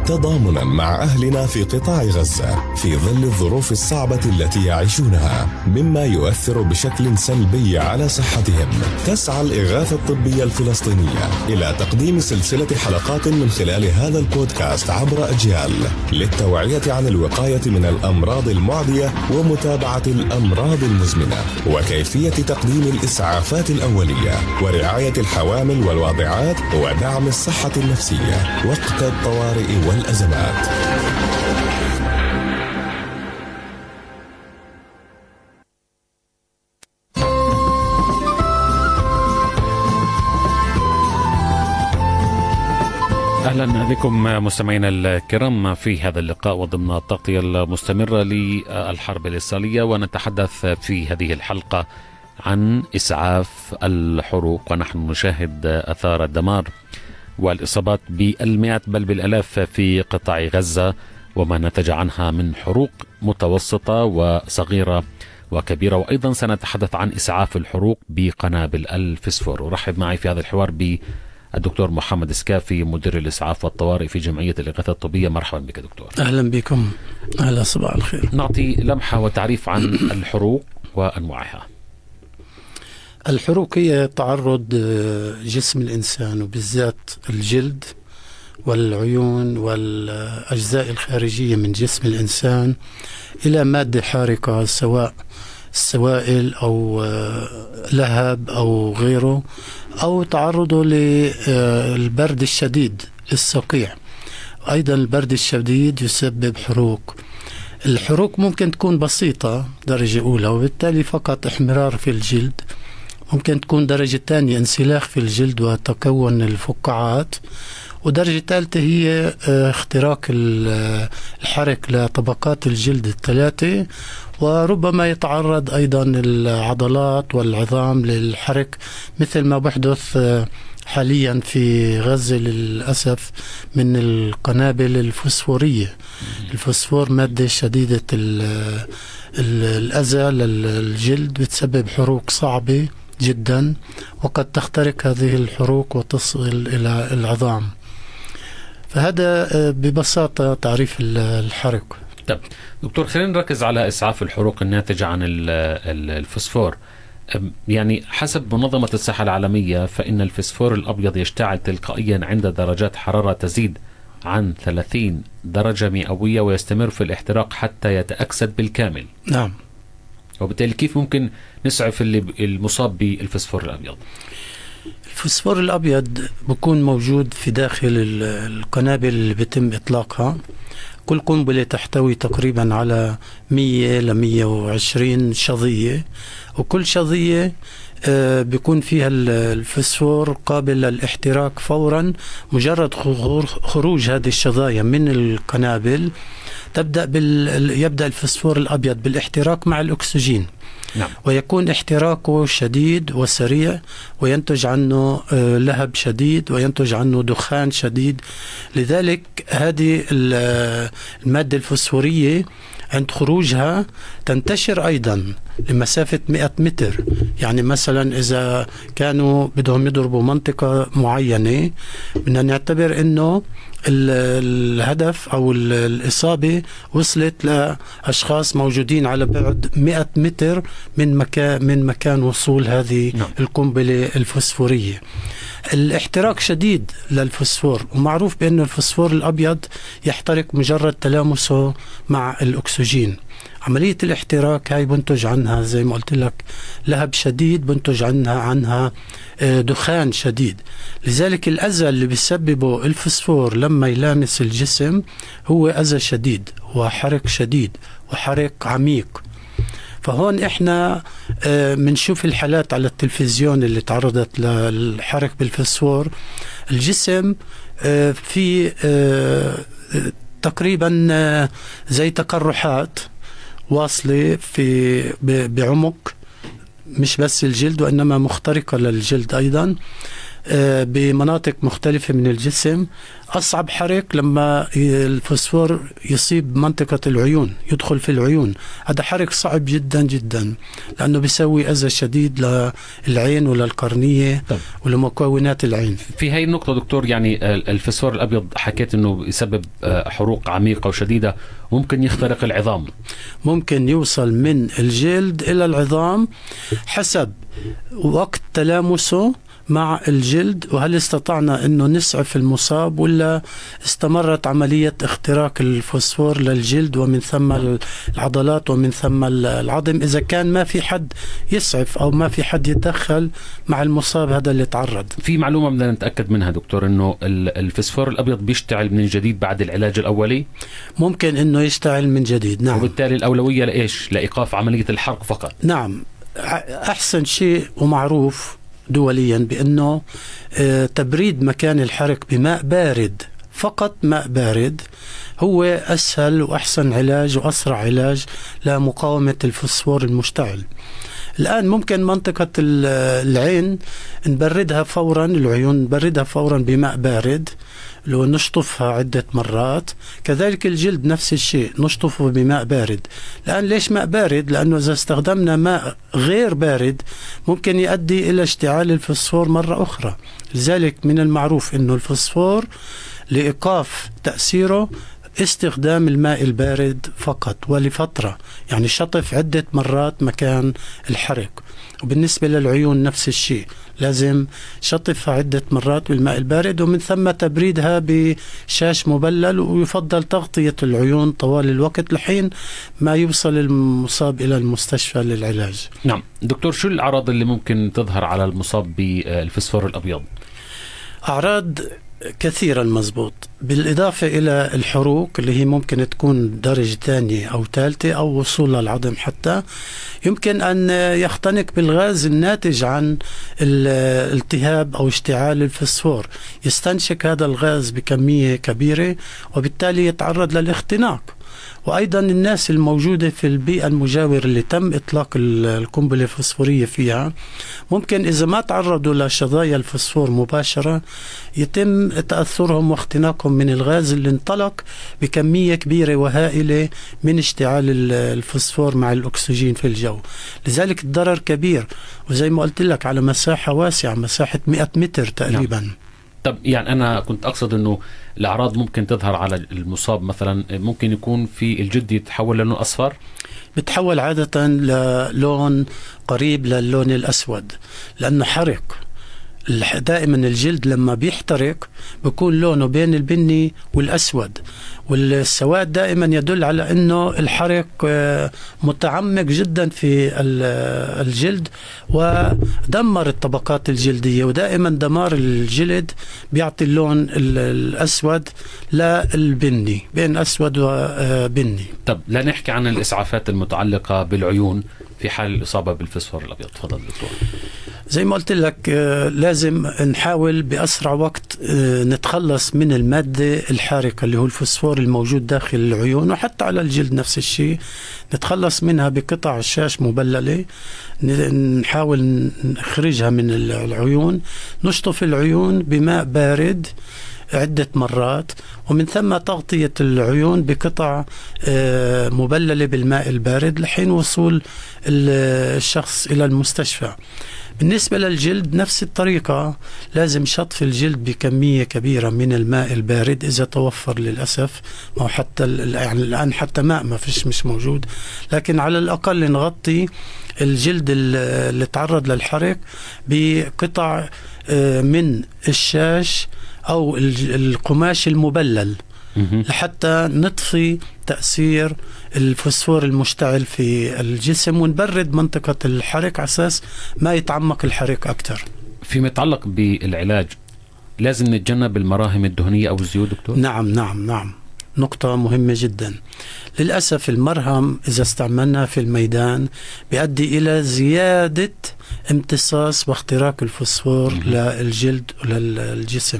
تضامنا مع أهلنا في قطاع غزة في ظل الظروف الصعبة التي يعيشونها مما يؤثر بشكل سلبي على صحتهم. تسعى الإغاثة الطبية الفلسطينية إلى تقديم سلسلة حلقات من خلال هذا البودكاست عبر أجيال للتوعية عن الوقاية من الأمراض المعدية ومتابعة الأمراض المزمنة وكيفية تقديم الإسعافات الأولية ورعاية الحوامل والواضعات ودعم الصحة النفسية وقت الطوارئ والأزمات. أهلا بكم مستمعينا الكرام في هذا اللقاء وضمن التغطية المستمرة للحرب الإسرائيلية، ونتحدث في هذه الحلقة عن إسعاف الحروق، ونحن نشاهد آثار الدمار والإصابات بالمئات بل بالآلاف في قطاع غزة وما نتج عنها من حروق متوسطة وصغيرة وكبيرة. وأيضا سنتحدث عن إسعاف الحروق بقنابل الفسفور. أرحب معي في هذا الحوار بالدكتور محمد سكافي، مدير الإسعاف والطوارئ في جمعية الإغاثة الطبية. مرحبا بك دكتور. أهلا بكم. أهلا، صباح الخير. نعطي لمحة وتعريف عن الحروق وأنواعها. الحروق هي تعرض جسم الإنسان وبالذات الجلد والعيون والأجزاء الخارجية من جسم الإنسان إلى مادة حارقة، سواء سوائل أو لهب أو غيره، أو تعرضه للبرد الشديد الصقيع. أيضا البرد الشديد يسبب حروق. الحروق ممكن تكون بسيطة درجة أولى وبالتالي فقط احمرار في الجلد، ممكن تكون درجة ثانية انسلاخ في الجلد وتكون الفقاعات، ودرجة ثالثة هي اختراق الحرق لطبقات الجلد الثلاثة، وربما يتعرض أيضا العضلات والعظام للحرق مثل ما بحدث حاليا في غزة للأسف من القنابل الفسفورية. الفسفور مادة شديدة الأذى للجلد، بتسبب حروق صعبة جدا وقد تخترق هذه الحروق وتصل إلى العظام. فهذا ببساطة تعريف الحرق. طيب دكتور، خلينا نركز على إسعاف الحروق الناتجة عن الفسفور. يعني حسب منظمة الصحة العالمية فإن الفسفور الأبيض يشتعل تلقائيا عند درجات حرارة تزيد عن 30 درجة مئوية ويستمر في الاحتراق حتى يتأكسد بالكامل. نعم. وبالتالي كيف ممكن نسعف المصاب بالفسفور الأبيض؟ الفسفور الأبيض بيكون موجود في داخل القنابل اللي بيتم إطلاقها. كل قنبلة تحتوي تقريبا على 100 ل 120 شظية، وكل شظية بيكون فيها الفسفور قابل للاحتراق فورا. مجرد خروج هذه الشظايا من القنابل يبدأ الفسفور الأبيض بالاحتراق مع الأكسجين. نعم. ويكون احتراقه شديد وسريع وينتج عنه لهب شديد وينتج عنه دخان شديد. لذلك هذه المادة الفسفورية عند خروجها تنتشر أيضا لمسافة 100 متر. يعني مثلا إذا كانوا بدهم يضربوا منطقة معينة، بدنا نعتبر أنه الهدف أو الإصابة وصلت لأشخاص موجودين على بعد 100 متر من مكان وصول هذه القنبلة الفسفورية. الاحتراق شديد للفسفور، ومعروف بأن الفسفور الأبيض يحترق مجرد تلامسه مع الأكسجين. عملية الاحتراق هاي بنتج عنها زي ما قلت لك لهب شديد، بنتج عنها دخان شديد. لذلك الأذى اللي بيسببه الفسفور لما يلامس الجسم هو أذى شديد وحرق شديد وحرق عميق. فهون احنا منشوف الحالات على التلفزيون اللي تعرضت للحرق بالفسفور. الجسم في تقريبا زي تقرحات واصلة بعمق مش بس الجلد وإنما مخترقة للجلد أيضا. بمناطق مختلفة من الجسم. أصعب حرق لما الفوسفور يصيب منطقة العيون، يدخل في العيون. هذا حرق صعب جدا جدا لأنه بيسوي أذى شديد للعين وللقرنية ولمكونات العين. في هاي النقطة دكتور، يعني الفوسفور الأبيض حكيت أنه يسبب حروق عميقة وشديدة، ممكن يخترق العظام، ممكن يوصل من الجلد إلى العظام حسب وقت تلامسه مع الجلد، وهل استطعنا أنه نسعف المصاب ولا استمرت عملية اختراق الفوسفور للجلد ومن ثم العضلات ومن ثم العظم، إذا كان ما في حد يسعف أو ما في حد يتدخل مع المصاب هذا اللي تعرض. في معلومة بدنا نتأكد منها دكتور، أنه الفوسفور الأبيض بيشتعل من جديد بعد العلاج الأولي؟ ممكن أنه يشتعل من جديد، نعم. وبالتالي الأولوية لإيش؟ لإيقاف عملية الحرق فقط؟ نعم. أحسن شيء ومعروف دوليا بأنه تبريد مكان الحرق بماء بارد، فقط ماء بارد، هو أسهل وأحسن علاج وأسرع علاج لمقاومة الفوسفور المشتعل. الآن ممكن منطقة العين نبردها فورا، العيون نبردها فورا بماء بارد، لو نشطفها عدة مرات. كذلك الجلد نفس الشيء، نشطفه بماء بارد. الآن ليش ماء بارد؟ لأنه إذا استخدمنا ماء غير بارد ممكن يؤدي إلى اشتعال الفوسفور مرة أخرى. لذلك من المعروف أنه الفوسفور لإيقاف تأثيره استخدام الماء البارد فقط ولفترة، يعني شطف عدة مرات مكان الحرق. وبالنسبة للعيون نفس الشيء، لازم شطفها عدة مرات بالماء البارد ومن ثم تبريدها بشاش مبلل، ويفضل تغطية العيون طوال الوقت لحين ما يوصل المصاب إلى المستشفى للعلاج. نعم دكتور، شو الأعراض اللي ممكن تظهر على المصاب بالفوسفور الأبيض؟ أعراض كثيرا، مزبوط، بالإضافة إلى الحروق اللي هي ممكن تكون درجة ثانية أو ثالثة أو وصول للعظم. حتى يمكن أن يختنق بالغاز الناتج عن الالتهاب أو اشتعال الفوسفور، يستنشق هذا الغاز بكمية كبيرة وبالتالي يتعرض للاختناق. وأيضا الناس الموجودة في البيئة المجاورة اللي تم إطلاق القنبلة الفوسفورية فيها، ممكن إذا ما تعرضوا لشظايا الفوسفور مباشرة يتم تأثرهم واختناقهم من الغاز اللي انطلق بكمية كبيرة وهائلة من اشتعال الفوسفور مع الأكسجين في الجو. لذلك الضرر كبير، وزي ما قلت لك على مساحة واسعة، مساحة 100 متر تقريبا. نعم. طب يعني أنا كنت أقصد أنه الأعراض ممكن تظهر على المصاب، مثلا ممكن يكون في الجلد يتحول للون أصفر، بتحول عادة للون قريب للون الأسود، لأنه حرق. دائما الجلد لما بيحترق بيكون لونه بين البني والأسود، والسواد دائما يدل على أنه الحرق متعمق جدا في الجلد ودمر الطبقات الجلدية. ودائما دمار الجلد بيعطي اللون الأسود للبني، بين أسود وبني. طب لا نحكي عن الإسعافات المتعلقة بالعيون في حال الإصابة بالفوسفور الأبيض. تفضل دكتور. زي ما قلت لك لازم نحاول بأسرع وقت نتخلص من المادة الحارقة اللي هو الفوسفور الموجود داخل العيون، وحتى على الجلد نفس الشيء، نتخلص منها بقطع شاش مبللة، نحاول نخرجها من العيون، نشطف العيون بماء بارد عدة مرات، ومن ثم تغطية العيون بقطع مبللة بالماء البارد لحين وصول الشخص إلى المستشفى. بالنسبة للجلد نفس الطريقة، لازم شطف الجلد بكمية كبيرة من الماء البارد إذا توفر. للأسف ما حتى يعني الآن حتى ماء ما فيش، مش موجود، لكن على الأقل نغطي الجلد اللي تعرض للحرق بقطع من الشاش أو القماش المبلل لحتى نطفي تأثير الفوسفور المشتعل في الجسم ونبرد منطقة الحرق على أساس ما يتعمق الحرق أكثر. فيما يتعلق بالعلاج لازم نتجنب المراهم الدهنية أو الزيوت دكتور؟ نعم، نقطة مهمة جدا. للأسف المرهم إذا استعملناه في الميدان بيؤدي إلى زيادة امتصاص واختراق الفوسفور للجلد وللجسم،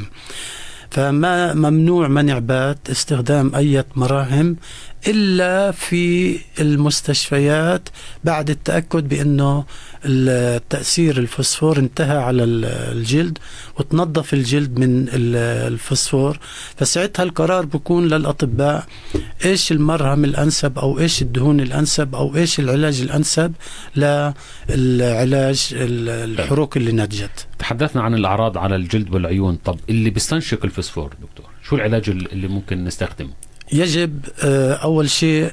فما ممنوع منع بات استخدام أي مراهم إلا في المستشفيات بعد التأكد بأنه التأثير الفوسفور انتهى على الجلد وتنظف الجلد من الفوسفور. فساعتها القرار بيكون للأطباء إيش المرهم الأنسب أو إيش الدهون الأنسب أو إيش العلاج الأنسب للعلاج الحروق اللي نتجت. تحدثنا عن الأعراض على الجلد والعيون. طب اللي بيستنشق الفوسفور دكتور، شو العلاج اللي ممكن نستخدمه؟ يجب أول شيء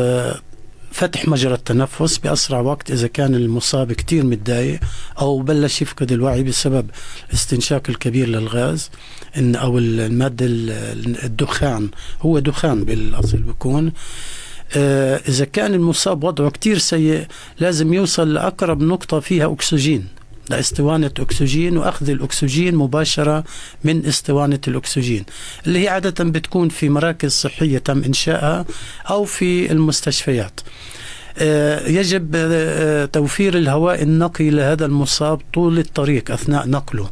فتح مجرى التنفس بأسرع وقت إذا كان المصاب كتير متضايق أو بلش يفقد الوعي بسبب الاستنشاق الكبير للغاز أو المادة الدخان. هو دخان بالأصل بيكون. إذا كان المصاب وضعه كتير سيء لازم يوصل لأقرب نقطة فيها أكسجين لاستوانة أكسجين وأخذ الأكسجين مباشرة من استوانة الأكسجين اللي هي عادة بتكون في مراكز صحية تم إنشائها أو في المستشفيات. يجب توفير الهواء النقي لهذا المصاب طول الطريق أثناء نقله،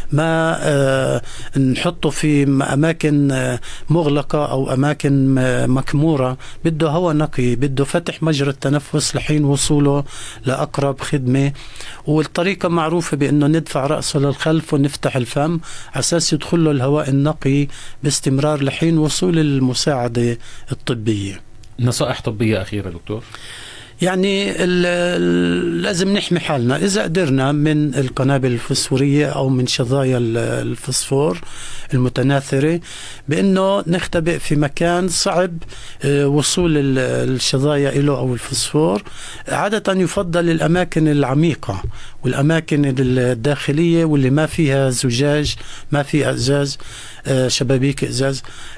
ما نحطه في أماكن مغلقة أو أماكن مكمورة. بده هواء نقي، بده فتح مجرى التنفس لحين وصوله لأقرب خدمة. والطريقة معروفة بأنه ندفع رأسه للخلف ونفتح الفم على أساس يدخل له الهواء النقي باستمرار لحين وصول المساعدة الطبية. نصائح طبية أخيرة دكتور؟ يعني لازم نحمي حالنا إذا قدرنا من القنابل الفسفورية أو من شظايا الفسفور المتناثرة، بأنه نختبئ في مكان صعب وصول الشظايا إله أو الفسفور. عادة يفضل الأماكن العميقة والأماكن الداخلية واللي ما فيها زجاج، ما فيها إزاز، شبابيك إزاز.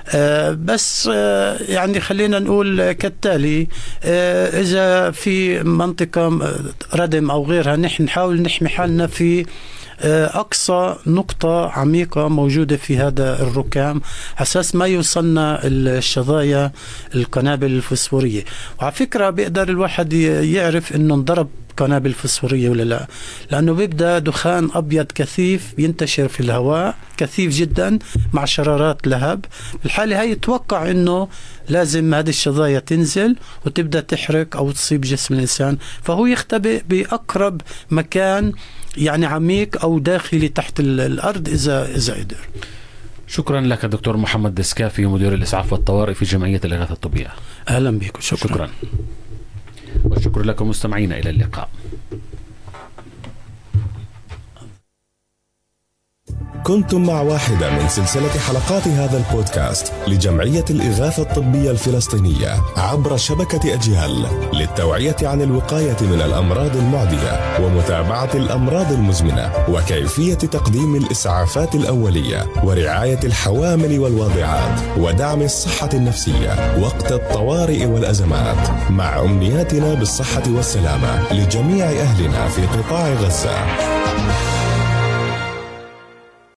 بس يعني خلينا نقول كالتالي: إذا في منطقة ردم أو غيرها نحن نحاول نحمي حالنا في أقصى نقطة عميقة موجودة في هذا الركام أساس ما يوصلنا الشظايا القنابل الفسفورية. وعلى فكرة بيقدر الواحد يعرف إنه انضرب قنابل فسفورية ولا لا، لأنه بيبدأ دخان أبيض كثيف ينتشر في الهواء كثيف جدا مع شرارات لهب. بالحالة هاي يتوقع إنه لازم هذه الشظايا تنزل وتبدأ تحرق أو تصيب جسم الإنسان، فهو يختبئ بأقرب مكان يعني عميق أو داخلي تحت الأرض إذا قدر. شكرا لك دكتور محمد دسكافي، مدير الإسعاف والطوارئ في جمعية الإغاثة الطبية. أهلا بكم. شكرا. والشكر لكم مستمعينا، إلى اللقاء. كنتم مع واحدة من سلسلة حلقات هذا البودكاست لجمعية الإغاثة الطبية الفلسطينية عبر شبكة أجيال للتوعية عن الوقاية من الأمراض المعدية ومتابعة الأمراض المزمنة وكيفية تقديم الإسعافات الأولية ورعاية الحوامل والواضعات ودعم الصحة النفسية وقت الطوارئ والأزمات، مع أمنياتنا بالصحة والسلامة لجميع أهلنا في قطاع غزة.